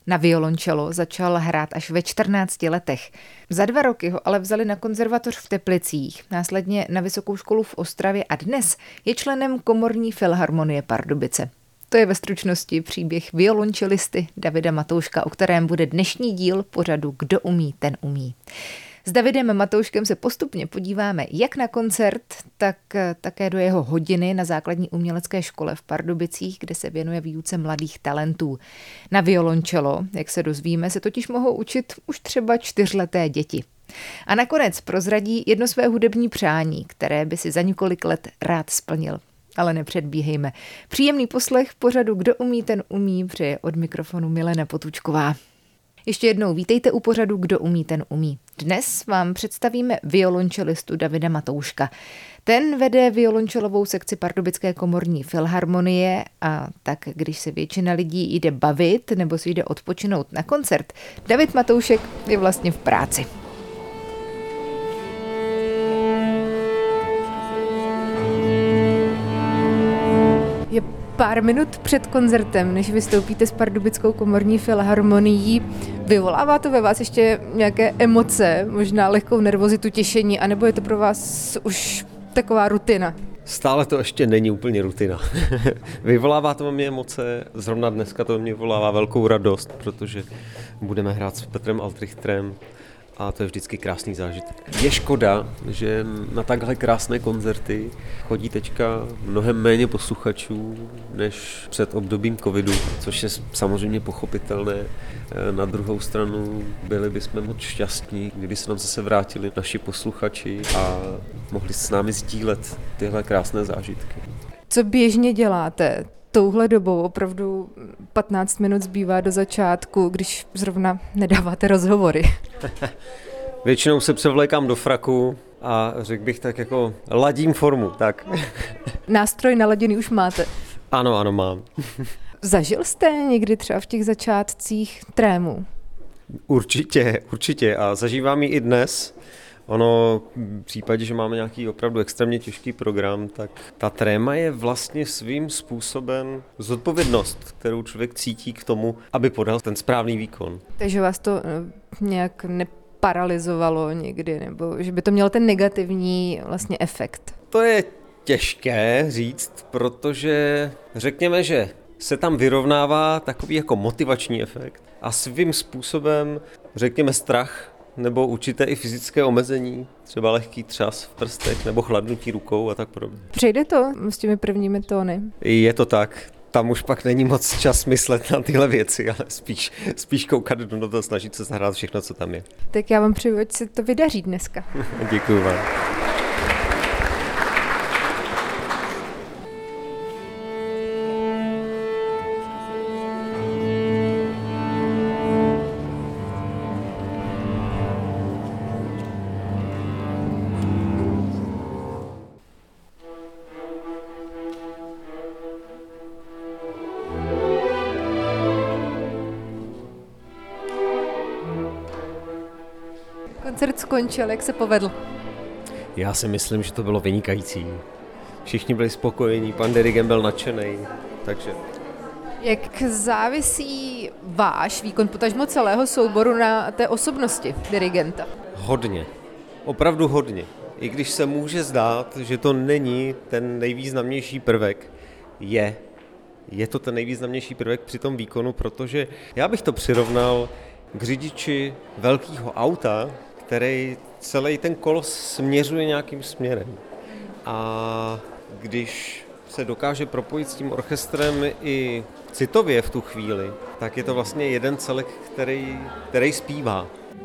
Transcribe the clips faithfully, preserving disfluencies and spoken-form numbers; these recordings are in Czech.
Na violončelo začal hrát až ve čtrnácti letech. Za dva roky ho ale vzali na konzervatoř v Teplicích, následně na vysokou školu v Ostravě a dnes je členem komorní filharmonie Pardubice. To je ve stručnosti příběh violončelisty Davida Matouška, o kterém bude dnešní díl pořadu Kdo umí, ten umí. S Davidem Matouškem se postupně podíváme jak na koncert, tak také do jeho hodiny na základní umělecké škole v Pardubicích, kde se věnuje výuce mladých talentů. Na violončelo, jak se dozvíme, se totiž mohou učit už třeba čtyřleté děti. A nakonec prozradí jedno své hudební přání, které by si za několik let rád splnil. Ale nepředbíhejme. Příjemný poslech pořadu Kdo umí, ten umí, přeje od mikrofonu Milena Potůčková. Ještě jednou vítejte u pořadu Kdo umí, ten umí. Dnes vám představíme violončelistu Davida Matouška. Ten vede violončelovou sekci Pardubické komorní filharmonie a tak, když se většina lidí jde bavit nebo si jde odpočinout na koncert, David Matoušek je vlastně v práci. Je pár minut před koncertem, než vystoupíte s Pardubickou komorní filharmonií. Vyvolává to ve vás ještě nějaké emoce, možná lehkou nervozitu, těšení, anebo je to pro vás už taková rutina? Stále to ještě není úplně rutina. Vyvolává to mě emoce, zrovna dneska to mě vyvolává velkou radost, protože budeme hrát s Petrem Altrichterem. A to je vždycky krásný zážitek. Je škoda, že na takhle krásné koncerty chodí teďka mnohem méně posluchačů než před obdobím covidu, což je samozřejmě pochopitelné. Na druhou stranu byli bychom moc šťastní, kdyby se nám zase vrátili naši posluchači a mohli s námi sdílet tyhle krásné zážitky. Co běžně děláte? Touhle dobou opravdu patnáct minut zbývá do začátku, když zrovna nedáváte rozhovory. Většinou se převlékám do fraku a řekl bych tak jako ladím formu, tak. Nástroj naladěný už máte? Ano, ano, mám. Zažil jste někdy třeba v těch začátcích trému? Určitě, určitě a zažívám ji i dnes. Ono v případě, že máme nějaký opravdu extrémně těžký program, tak ta tréma je vlastně svým způsobem zodpovědnost, kterou člověk cítí k tomu, aby podal ten správný výkon. Takže vás to nějak neparalyzovalo někdy, nebo že by to mělo ten negativní vlastně efekt? To je těžké říct, protože řekněme, že se tam vyrovnává takový jako motivační efekt a svým způsobem, řekněme, strach nebo určité i fyzické omezení, třeba lehký třas v prstech nebo chladnutí rukou a tak podobně. Přejde to s těmi prvními tóny? Je to tak. Tam už pak není moc čas myslet na tyhle věci, ale spíš, spíš koukat do toho, snažit se zahrát všechno, co tam je. Tak já vám přeju, ať se to vydaří dneska. Děkuju vám. Koncert skončil, jak se povedl? Já si myslím, že to bylo vynikající. Všichni byli spokojení, pan dirigent byl nadšený, takže... Jak závisí váš výkon, potažmo celého souboru, na té osobnosti dirigenta? Hodně, opravdu hodně. I když se může zdát, že to není ten nejvýznamnější prvek, je. Je to ten nejvýznamnější prvek při tom výkonu, protože já bych to přirovnal k řidiči velkého auta, který celý ten kolos směřuje nějakým směrem. A když se dokáže propojit s tím orchestrem i citově v tu chvíli, tak je to vlastně jeden celek, který, který zpívá.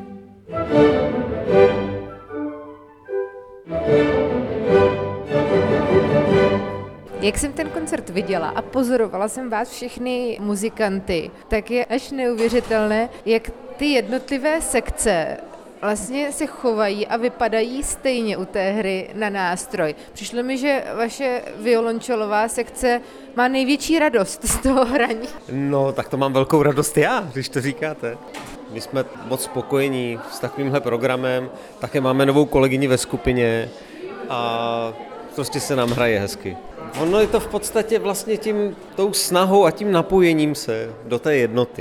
Jak jsem ten koncert viděla a pozorovala jsem vás všechny muzikanty, tak je až neuvěřitelné, jak ty jednotlivé sekce vlastně se chovají a vypadají stejně u té hry na nástroj. Přišlo mi, že vaše violončelová sekce má největší radost z toho hraní. No, tak to mám velkou radost já, když to říkáte. My jsme moc spokojení s takovýmhle programem, také máme novou kolegyni ve skupině a prostě se nám hraje hezky. Ono je to v podstatě vlastně tím, tou snahou a tím napojením se do té jednoty.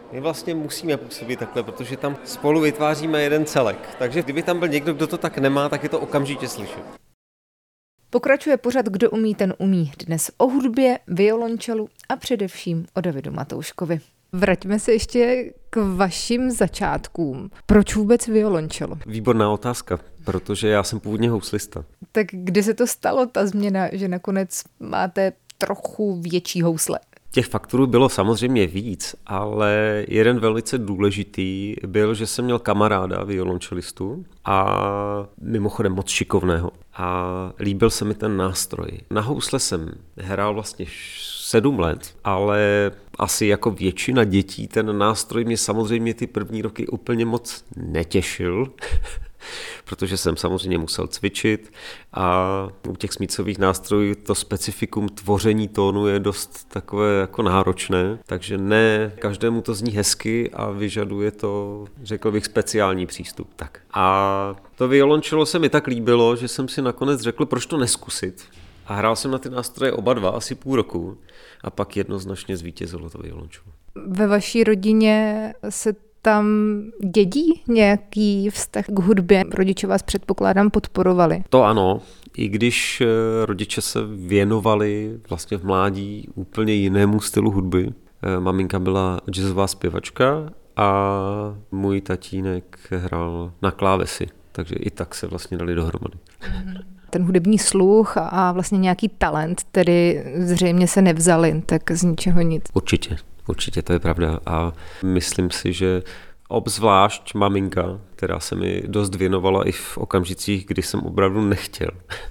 My vlastně musíme působit takhle, protože tam spolu vytváříme jeden celek. Takže kdyby tam byl někdo, kdo to tak nemá, tak je to okamžitě slyšet. Pokračuje pořad Kdo umí, ten umí. Dnes o hudbě, violončelu a především o Davidu Matouškovi. Vraťme se ještě k vašim začátkům. Proč vůbec violončelo? Výborná otázka, protože já jsem původně houslista. Tak kdy se to stalo, ta změna, že nakonec máte trochu větší housle? Těch faktorů bylo samozřejmě víc, ale jeden velice důležitý byl, že jsem měl kamaráda violončelistu a mimochodem moc šikovného. A líbil se mi ten nástroj. Na housle jsem hrál vlastně sedm let, ale asi jako většina dětí ten nástroj mě samozřejmě ty první roky úplně moc netěšil, protože jsem samozřejmě musel cvičit a u těch smyčcových nástrojů to specifikum tvoření tónu je dost takové jako náročné, takže ne každému to zní hezky a vyžaduje to, řekl bych, speciální přístup. Tak. A to violončelo se mi tak líbilo, že jsem si nakonec řekl, proč to neskusit. A hrál jsem na ty nástroje oba dva asi půl roku a pak jednoznačně zvítězilo to violončelo. Ve vaší rodině se tam dědí nějaký vztah k hudbě? Rodiče vás, předpokládám, podporovali. To ano, i když rodiče se věnovali vlastně v mládí úplně jinému stylu hudby. Maminka byla jazzová zpěvačka a můj tatínek hrál na klávesi, takže i tak se vlastně dali dohromady. Ten hudební sluch a vlastně nějaký talent, tedy zřejmě se nevzali, tak z ničeho nic. Určitě. Určitě, to je pravda a myslím si, že obzvlášť maminka, která se mi dost věnovala i v okamžicích, kdy jsem opravdu nechtěl,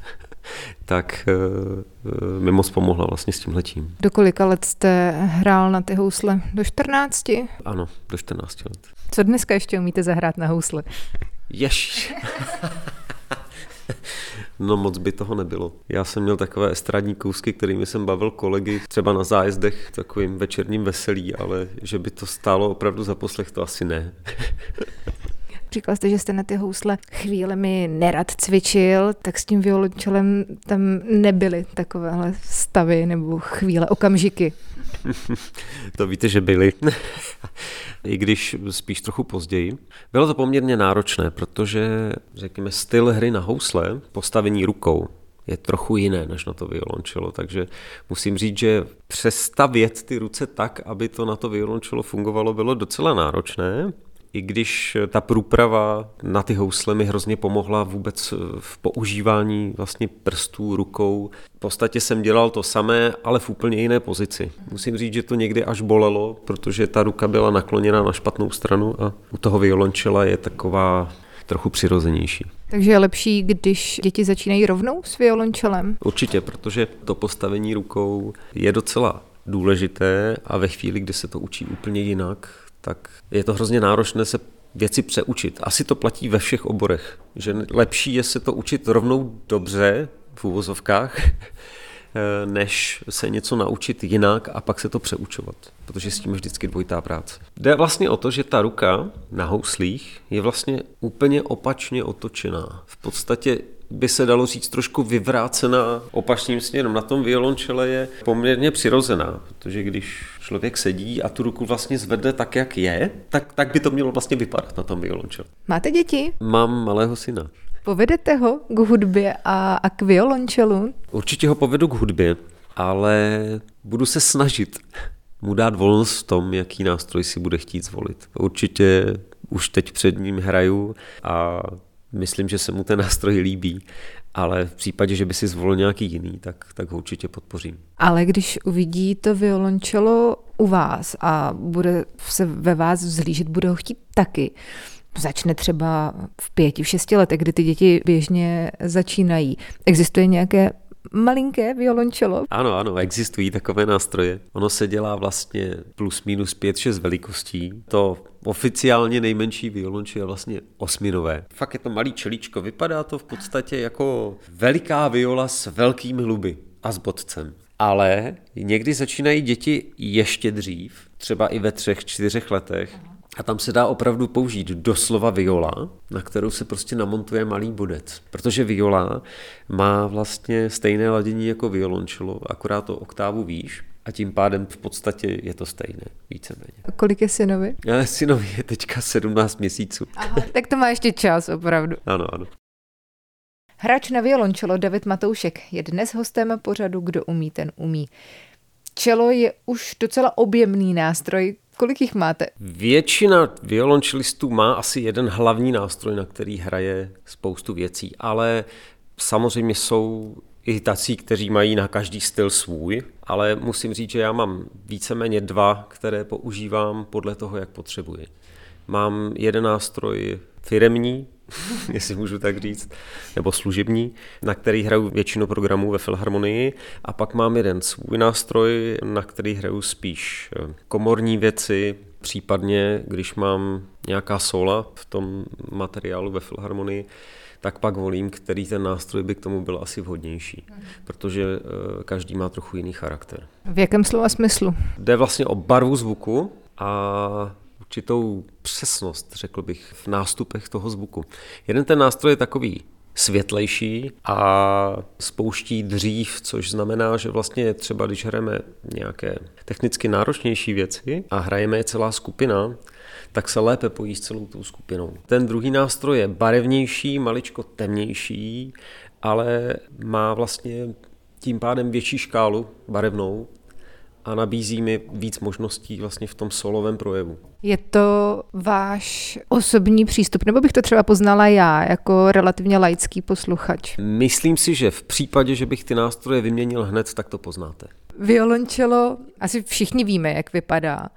tak mi moc pomohla vlastně s tímhletím. Do kolika let jste hrál na ty housle? Do čtrnácti? Ano, do čtrnácti let. Co dneska ještě umíte zahrát na housle? Ježiš. No moc by toho nebylo. Já jsem měl takové estradní kousky, kterými jsem bavil kolegy třeba na zájezdech, takovým večerním veselí, ale že by to stálo opravdu za poslech, to asi ne. Říkal jste, že jste na ty housle chvílemi nerad cvičil, tak s tím violončelem tam nebyly takovéhle stavy nebo chvíle, okamžiky. To víte, že byly. I když spíš trochu později. Bylo to poměrně náročné, protože, řekněme, styl hry na housle, postavení rukou, je trochu jiné než na to violončelo, takže musím říct, že přestavět ty ruce tak, aby to na to violončelo fungovalo, bylo docela náročné. I když ta průprava na ty housle mi hrozně pomohla vůbec v používání vlastně prstů, rukou. V podstatě jsem dělal to samé, ale v úplně jiné pozici. Musím říct, že to někdy až bolelo, protože ta ruka byla nakloněna na špatnou stranu a u toho violončela je taková trochu přirozenější. Takže je lepší, když děti začínají rovnou s violončelem? Určitě, protože to postavení rukou je docela důležité a ve chvíli, kdy se to učí úplně jinak, tak je to hrozně náročné se věci přeučit. Asi to platí ve všech oborech, že lepší je se to učit rovnou dobře v uvozovkách, než se něco naučit jinak a pak se to přeučovat, protože s tím je vždycky dvojitá práce. Jde vlastně o to, že ta ruka na houslích je vlastně úplně opačně otočená. V podstatě by se dalo říct trošku vyvrácená opačným směrem. Na tom violončele je poměrně přirozená, protože když člověk sedí a tu ruku vlastně zvedne tak, jak je, tak, tak by to mělo vlastně vypadat na tom violončele. Máte děti? Mám malého syna. Povedete ho k hudbě a, a k violončelu? Určitě ho povedu k hudbě, ale budu se snažit mu dát volnost v tom, jaký nástroj si bude chtít zvolit. Určitě už teď před ním hraju a myslím, že se mu ten nástroj líbí, ale v případě, že by si zvolil nějaký jiný, tak, tak ho určitě podpořím. Ale když uvidí to violončelo u vás a bude se ve vás vzhlížet, bude ho chtít taky, začne třeba v pěti, v šesti letech, kdy ty děti běžně začínají. Existuje nějaké malinké violončelo? Ano, ano, existují takové nástroje. Ono se dělá vlastně plus minus pět, šest velikostí. To oficiálně nejmenší violončelo je vlastně osminové. Fakt je to malý čelíčko, vypadá to v podstatě jako veliká viola s velkými hluby a s bodcem. Ale někdy začínají děti ještě dřív, třeba i ve třech, čtyřech letech. A tam se dá opravdu použít doslova viola, na kterou se prostě namontuje malý bodec. Protože viola má vlastně stejné ladění jako violončelo, akorát to oktávu výš. a tím pádem v podstatě je to stejné, víceméně. Kolik je synovi? Synovi je teďka sedmnáct měsíců. Aha, tak to má ještě čas, opravdu. Ano, ano. Hráč na violončelo David Matoušek je dnes hostem pořadu Kdo umí, ten umí. Čelo je už docela objemný nástroj. Kolik jich máte? Většina violončelistů má asi jeden hlavní nástroj, na který hraje spoustu věcí, ale samozřejmě jsou i tací, kteří mají na každý styl svůj, ale musím říct, že já mám víceméně dva, které používám podle toho, jak potřebuji. Mám jeden nástroj firemní, jestli můžu tak říct, nebo služební, na který hraju většinu programů ve Filharmonii, a pak mám jeden svůj nástroj, na který hraju spíš komorní věci, případně když mám nějaká sóla v tom materiálu ve Filharmonii, tak pak volím, který ten nástroj by k tomu byl asi vhodnější, protože každý má trochu jiný charakter. V jakém slova smyslu? Jde vlastně o barvu zvuku a určitou přesnost, řekl bych, v nástupech toho zvuku. Jeden ten nástroj je takový světlejší a spouští dřív, což znamená, že vlastně třeba když hrajeme nějaké technicky náročnější věci a hrajeme je celá skupina, tak se lépe pojí s celou tou skupinou. Ten druhý nástroj je barevnější, maličko temnější, ale má vlastně tím pádem větší škálu barevnou a nabízí mi víc možností vlastně v tom solovém projevu. Je to váš osobní přístup, nebo bych to třeba poznala já jako relativně laický posluchač? Myslím si, že v případě, že bych ty nástroje vyměnil hned, tak to poznáte. Violončelo, asi všichni víme, jak vypadá.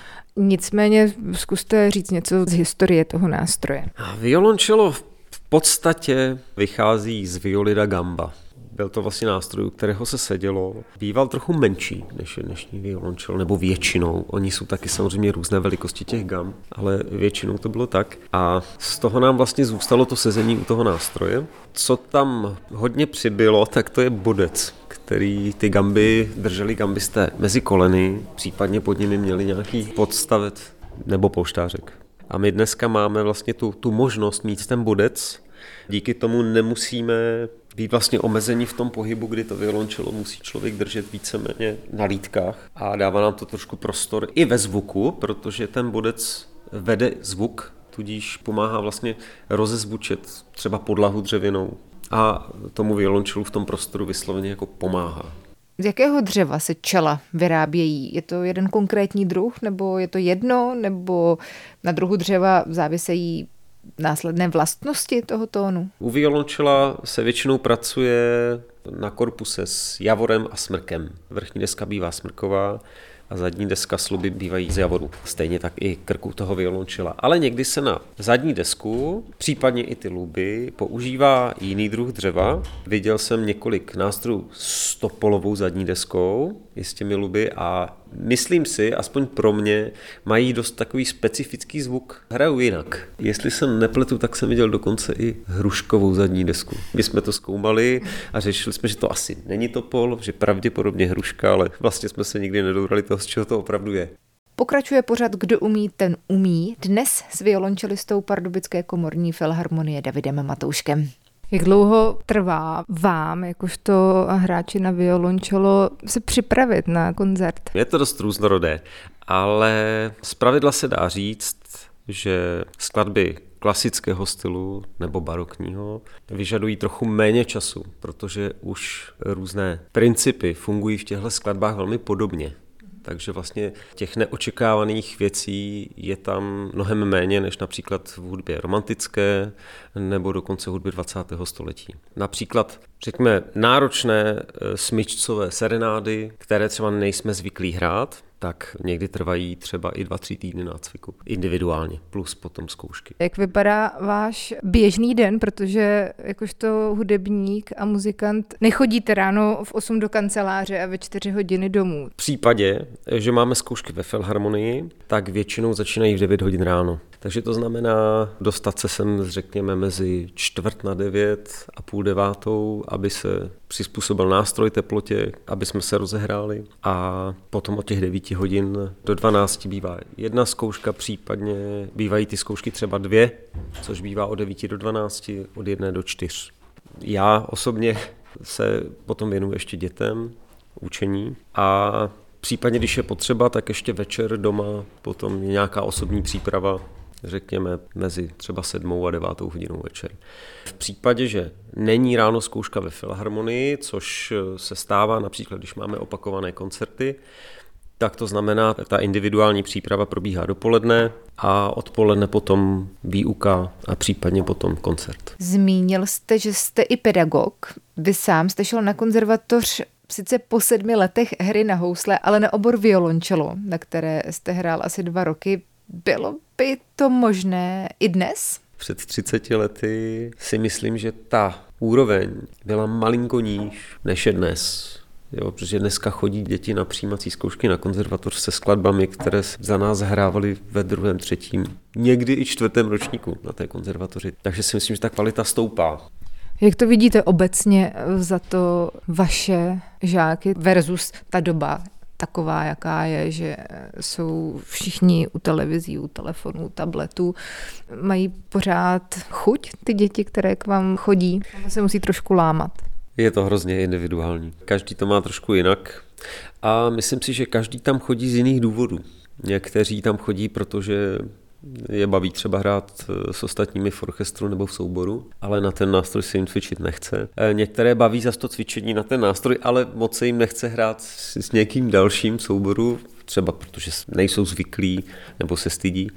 Nicméně zkuste říct něco z historie toho nástroje. Violončelo v podstatě vychází z violi da gamba. Byl to vlastně nástroj, u kterého se sedělo. Býval trochu menší než je dnešní violončelo, nebo většinou. Oni jsou taky samozřejmě různé velikosti těch gam, ale většinou to bylo tak. A z toho nám vlastně zůstalo to sezení u toho nástroje. Co tam hodně přibylo, tak to je bodec, který ty gamby drželi gambisté mezi koleny, případně pod nimi měli nějaký podstavec nebo polštářek. A my dneska máme vlastně tu, tu možnost mít ten bodec. Díky tomu nemusíme být vlastně omezení v tom pohybu, kdy to violončelo musí člověk držet víceméně na lítkách, a dává nám to trošku prostor i ve zvuku, protože ten bodec vede zvuk, tudíž pomáhá vlastně rozezvučet třeba podlahu dřevěnou a tomu violončelu v tom prostoru vysloveně jako pomáhá. Z jakého dřeva se čela vyrábějí? Je to jeden konkrétní druh, nebo je to jedno, nebo na druhu dřeva závisejí následné vlastnosti toho tónu? U violončela se většinou pracuje na korpuse s javorem a smrkem. Vrchní deska bývá smrková a zadní deska sluby bývají z javoru. Stejně tak i krku toho violončela. Ale někdy se na zadní desku, případně i ty luby, používá jiný druh dřeva. Viděl jsem několik nástrojů s topolovou zadní deskou, i s těmi luby, a myslím si, aspoň pro mě, mají dost takový specifický zvuk. Hrajou jinak. Jestli se nepletu, tak jsem viděl dokonce i hruškovou zadní desku. My jsme to zkoumali a řešili jsme, že to asi není topol, že pravděpodobně hruška, ale vlastně jsme se nikdy nedobrali toho, z čeho to opravdu je. Pokračuje pořad Kdo umí, ten umí. Dnes s violončelistou Pardubické komorní filharmonie Davidem Matouškem. Jak dlouho trvá vám, jakožto hráči na violončelo, se připravit na koncert? Je to dost různorodé, ale zpravidla se dá říct, že skladby klasického stylu nebo barokního vyžadují trochu méně času, protože už různé principy fungují v těchto skladbách velmi podobně. Takže vlastně těch neočekávaných věcí je tam mnohem méně než například v hudbě romantické nebo dokonce hudbě dvacátého století. Například, řekněme, náročné smyčcové serenády, které třeba nejsme zvyklí hrát, tak někdy trvají třeba i dva, tři týdny nácviku. Individuálně, plus potom zkoušky. Jak vypadá váš běžný den, protože jakožto hudebník a muzikant nechodíte ráno v osm do kanceláře a ve čtyři hodiny domů? V případě, že máme zkoušky ve Filharmonii, tak většinou začínají v devět hodin ráno. Takže to znamená dostat se sem, řekněme, mezi čtvrt na devět a půl devátou, aby se přizpůsobil nástroj teplotě, aby jsme se rozehráli, a potom od těch devíti hodin do dvanácti bývá jedna zkouška, případně bývají ty zkoušky třeba dvě, což bývá od devíti do dvanácti, od jedné do čtyř. Já osobně se potom věnuju ještě dětem, učení, a Případně, když je potřeba, tak ještě večer doma, potom je nějaká osobní příprava, řekněme mezi třeba sedmou a devátou hodinou večer. V případě, že není ráno zkouška ve filharmonii, což se stává například, když máme opakované koncerty, tak to znamená, že ta individuální příprava probíhá dopoledne a odpoledne potom výuka a případně potom koncert. Zmínil jste, že jste i pedagog. Vy sám jste šel na konzervatoř sice po sedmi letech hry na housle, ale na obor violončelo, na které jste hrál asi dva roky. Bylo by to možné i dnes? Před třiceti lety si myslím, že ta úroveň byla malinko níž než je dnes. Jo, protože dneska chodí děti na přijímací zkoušky na konzervatoř se skladbami, které za nás hrávaly ve druhém, třetím, někdy i čtvrtém ročníku na té konzervatoři. Takže si myslím, že ta kvalita stoupá. Jak to vidíte obecně za to vaše žáky versus ta doba taková, jaká je, že jsou všichni u televizí, u telefonů, tabletů. Mají pořád chuť ty děti, které k vám chodí? To se musí trošku lámat. Je to hrozně individuální. Každý to má trošku jinak a myslím si, že každý tam chodí z jiných důvodů. Někteří tam chodí, protože je baví třeba hrát s ostatními v orchestru nebo v souboru, ale na ten nástroj se jim cvičit nechce. Některé baví za to cvičení na ten nástroj, ale moc se jim nechce hrát s někým dalším v souboru, třeba protože nejsou zvyklí nebo se stydí.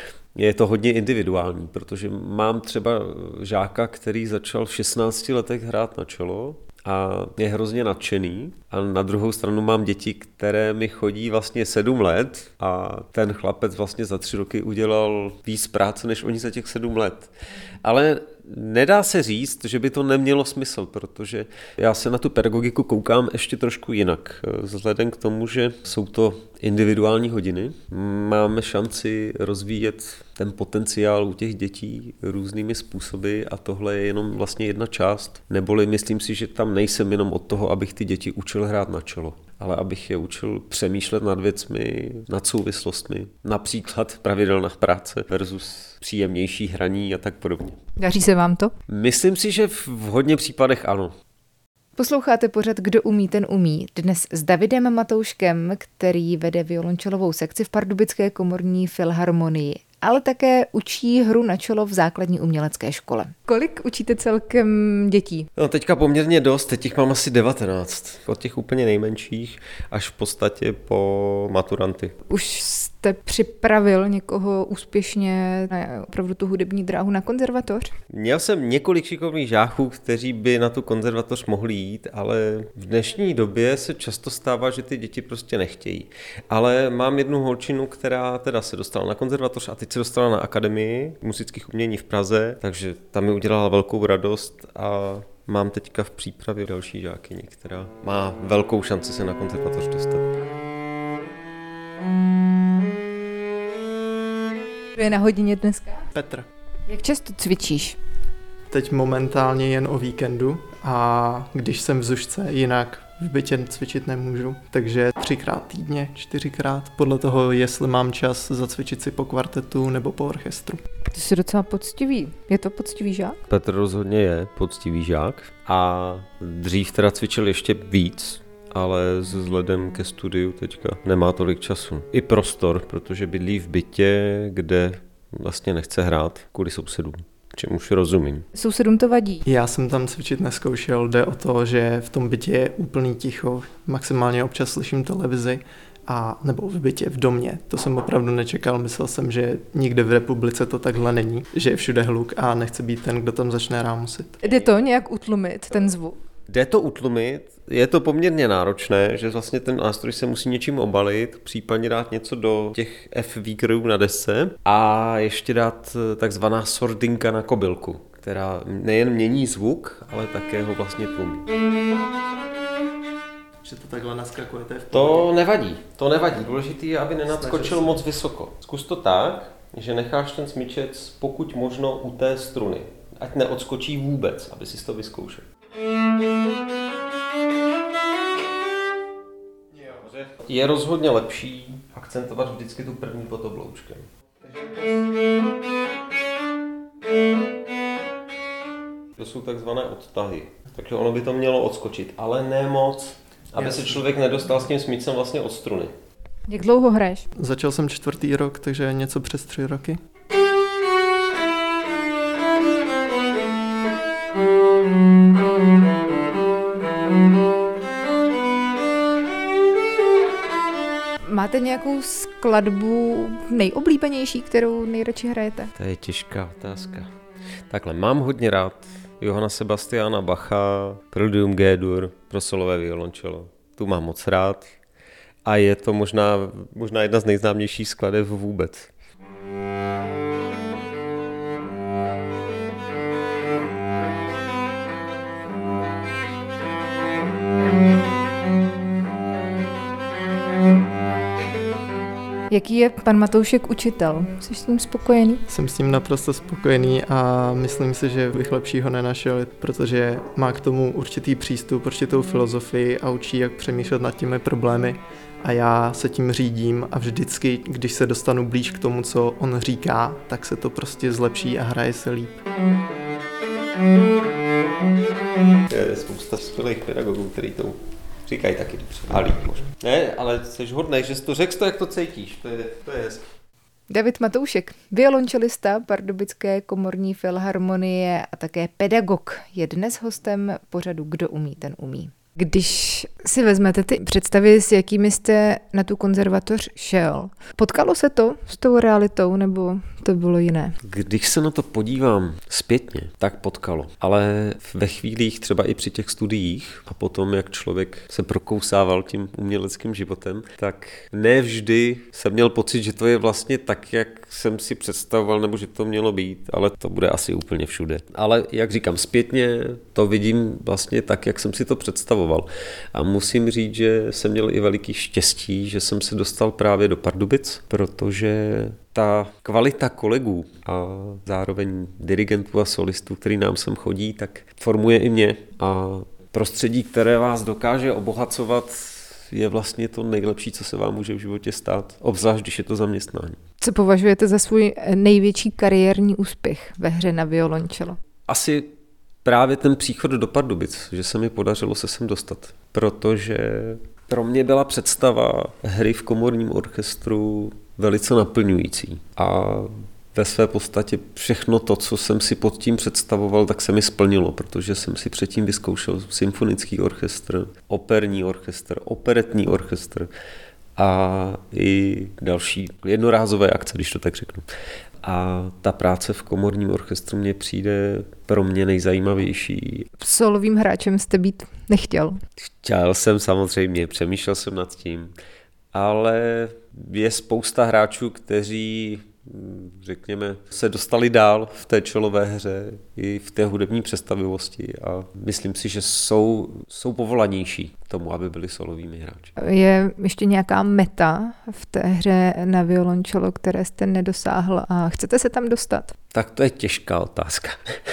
Je to hodně individuální, protože mám třeba žáka, který začal v šestnácti letech hrát na čelo a je hrozně nadšený. A na druhou stranu mám děti, které mi chodí vlastně sedm let a ten chlapec vlastně za tři roky udělal víc práce, než oni za těch sedm let. Ale nedá se říct, že by to nemělo smysl, protože já se na tu pedagogiku koukám ještě trošku jinak. Vzhledem k tomu, že jsou to individuální hodiny, máme šanci rozvíjet ten potenciál u těch dětí různými způsoby a tohle je jenom vlastně jedna část. Neboli myslím si, že tam nejsem jenom od toho, abych ty děti učil hrát na čelo, ale abych je učil přemýšlet nad věcmi, nad souvislostmi, například pravidelná práce versus příjemnější hraní a tak podobně. Daří se vám to? Myslím si, že v hodně případech ano. Posloucháte pořad Kdo umí, ten umí. Dnes s Davidem Matouškem, který vede violončelovou sekci v Pardubické komorní filharmonii, ale také učí hru na čelo v základní umělecké škole. Kolik učíte celkem dětí? No teďka poměrně dost, teď jich mám asi devatenáct. Od těch úplně nejmenších až v podstatě po maturanty. Už jste připravil někoho úspěšně na opravdu tu hudební dráhu na konzervatoř? Měl jsem několik šikovných žáků, kteří by na tu konzervatoř mohli jít, ale v dnešní době se často stává, že ty děti prostě nechtějí. Ale mám jednu holčinu, která teda se dostala na konzervatoř a teď se dostala na Akademii muzických umění v Praze, takže tam mi udělala velkou radost a mám teďka v přípravě další žákyni, která má velkou šanci se na konzervatoř dostat. Kdo je na hodině dneska? Petr. Jak často cvičíš? Teď momentálně jen o víkendu a když jsem v zušce, jinak v bytě cvičit nemůžu, takže třikrát týdně, čtyřikrát, podle toho, jestli mám čas zacvičit si po kvartetu nebo po orchestru. Ty jsi docela poctivý. Je to poctivý žák? Petr rozhodně je poctivý žák a dřív teda cvičil ještě víc, ale vzhledem ke studiu teďka nemá tolik času. I prostor, protože bydlí v bytě, kde vlastně nechce hrát kvůli sousedům. Čemuž rozumím. Sousedům to vadí? Já jsem tam cvičit neskoušel, jde o to, že v tom bytě je úplný ticho, maximálně občas slyším televizi, a nebo v bytě, v domě. To jsem opravdu nečekal, myslel jsem, že nikde v republice to takhle není, že je všude hluk a nechce být ten, kdo tam začne rámusit. Jde to nějak utlumit, ten zvuk? Jde to utlumit, je to poměrně náročné, že vlastně ten nástroj se musí něčím obalit, případně dát něco do těch F výkrojů na desce a ještě dát takzvaná sordinka na kobylku, která nejen mění zvuk, ale také ho vlastně tlumí. Že to takhle naskakuje, to je v To nevadí, to nevadí. Důležitý je, aby nenadskočil moc vysoko. Zkus to tak, že necháš ten smyčec pokud možno u té struny. Ať neodskočí vůbec, aby si to vyzkoušel. Je rozhodně lepší akcentovat vždycky tu první pod obloučkem. To jsou takzvané odtahy. Takže ono by to mělo odskočit, ale ne moc. Aby se člověk nedostal s tím smyčcem vlastně od struny. Jak dlouho hraješ? Začal jsem čtvrtý rok, takže něco přes tři roky. Máte nějakou skladbu nejoblíbenější, kterou nejradši hrajete? To je těžká otázka. Takhle, mám hodně rád Johanna Sebastiana Bacha, Preludium G-dur pro solové violoncello. Tu mám moc rád a je to možná, možná jedna z nejznámějších skladeb vůbec. Jaký je pan Matoušek učitel? Jsi s ním spokojený? Jsem s tím naprosto spokojený a myslím si, že bych lepšího nenašel, protože má k tomu určitý přístup, určitou filozofii a učí, jak přemýšlet nad těmi problémy. A já se tím řídím a vždycky, když se dostanu blíž k tomu, co on říká, tak se to prostě zlepší a hraje se líp. Je spousta skvělých pedagogů, který to říkají taky dobře. A líp možná. Ne, ale jsi hodnej, že jsi to řekl, to, jak to cítíš. To je, to je hezky. David Matoušek, violončelista Pardubické komorní filharmonie a také pedagog, je dnes hostem pořadu Kdo umí, ten umí. Když si vezmete ty představy, s jakými jste na tu konzervatoř šel, potkalo se to s tou realitou, nebo to bylo jiné? Když se na to podívám zpětně, tak potkalo. Ale ve chvílích, třeba i při těch studiích a potom, jak člověk se prokousával tím uměleckým životem, tak ne vždy jsem měl pocit, že to je vlastně tak, jak jsem si představoval, nebo že to mělo být, ale to bude asi úplně všude. Ale jak říkám, zpětně to vidím vlastně tak, jak jsem si to představoval. A musím říct, že jsem měl i veliký štěstí, že jsem se dostal právě do Pardubic, protože ta kvalita kolegů a zároveň dirigentů a solistů, který nám sem chodí, tak formuje i mě. A prostředí, které vás dokáže obohacovat, je vlastně to nejlepší, co se vám může v životě stát, obzvlášť, když je to zaměstnání. Co považujete za svůj největší kariérní úspěch ve hře na violoncello? Asi právě ten příchod do Pardubic, že se mi podařilo se sem dostat, protože pro mě byla představa hry v komorním orchestru velice naplňující a ve své podstatě všechno to, co jsem si pod tím představoval, tak se mi splnilo, protože jsem si předtím vyzkoušel symfonický orchestr, operní orchestr, operetní orchestr a i další jednorázové akce, když to tak řeknu. A ta práce v komorním orchestru mně přijde pro mě nejzajímavější. Solovým hráčem jste být nechtěl? Chtěl jsem samozřejmě, přemýšlel jsem nad tím, ale je spousta hráčů, kteří, řekněme, se dostali dál v té čelové hře i v té hudební představivosti a myslím si, že jsou, jsou povolanější k tomu, aby byli solovými hráči. Je ještě nějaká meta v té hře na violoncello, které jste nedosáhl a chcete se tam dostat? Tak to je těžká otázka.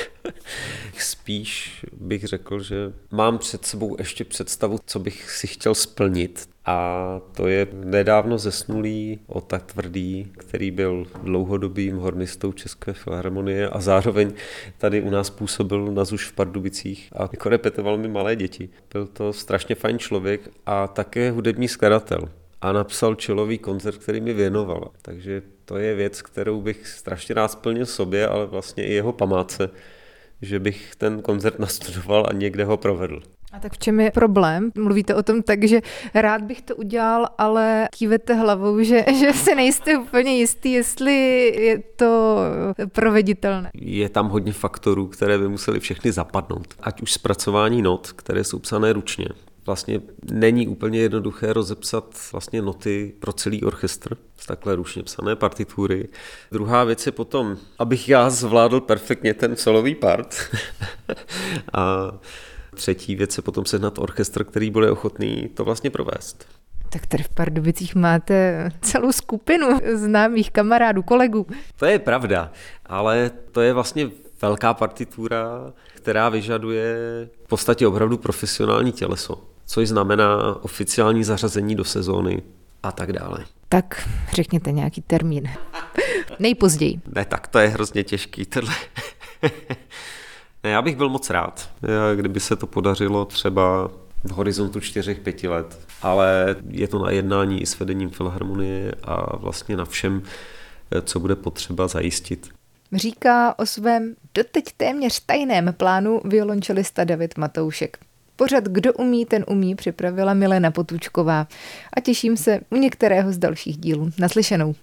Spíš bych řekl, že mám před sebou ještě představu, co bych si chtěl splnit. A to je nedávno zesnulý Ota Tvrdý, který byl dlouhodobým hornistou České filharmonie a zároveň tady u nás působil na ZUŠ v Pardubicích a jako repetoval mi malé děti. Byl to strašně fajn člověk a také hudební skladatel. A napsal čelový koncert, který mi věnoval. Takže to je věc, kterou bych strašně rád splnil sobě, ale vlastně i jeho památce, že bych ten koncert nastudoval a někde ho provedl. A tak v čem je problém? Mluvíte o tom tak, že rád bych to udělal, ale kývete hlavou, že, že si nejste úplně jistý, jestli je to proveditelné. Je tam hodně faktorů, které by museli všechny zapadnout. Ať už zpracování not, které jsou psané ručně. Vlastně není úplně jednoduché rozepsat vlastně noty pro celý orchestr z takhle ručně psané partitury. Druhá věc je potom, abych já zvládl perfektně ten solový part. A třetí věc je potom sehnat orchestr, který bude ochotný to vlastně provést. Tak tady v Pardubicích máte celou skupinu známých kamarádů, kolegů. To je pravda, ale to je vlastně velká partitura, která vyžaduje v podstatě opravdu profesionální těleso, což znamená oficiální zařazení do sezóny a tak dále. Tak řekněte nějaký termín. Nejpozději. Ne, tak to je hrozně těžký. Tohle. Ne, já bych byl moc rád, kdyby se to podařilo třeba v horizontu čtyřech, pěti let, ale je to na jednání i s vedením Filharmonie a vlastně na všem, co bude potřeba zajistit. Říká o svém doteď téměř tajném plánu violončelista David Matoušek. Pořad Kdo umí, ten umí připravila Milena Potůčková a těším se u některého z dalších dílů. Naslyšenou.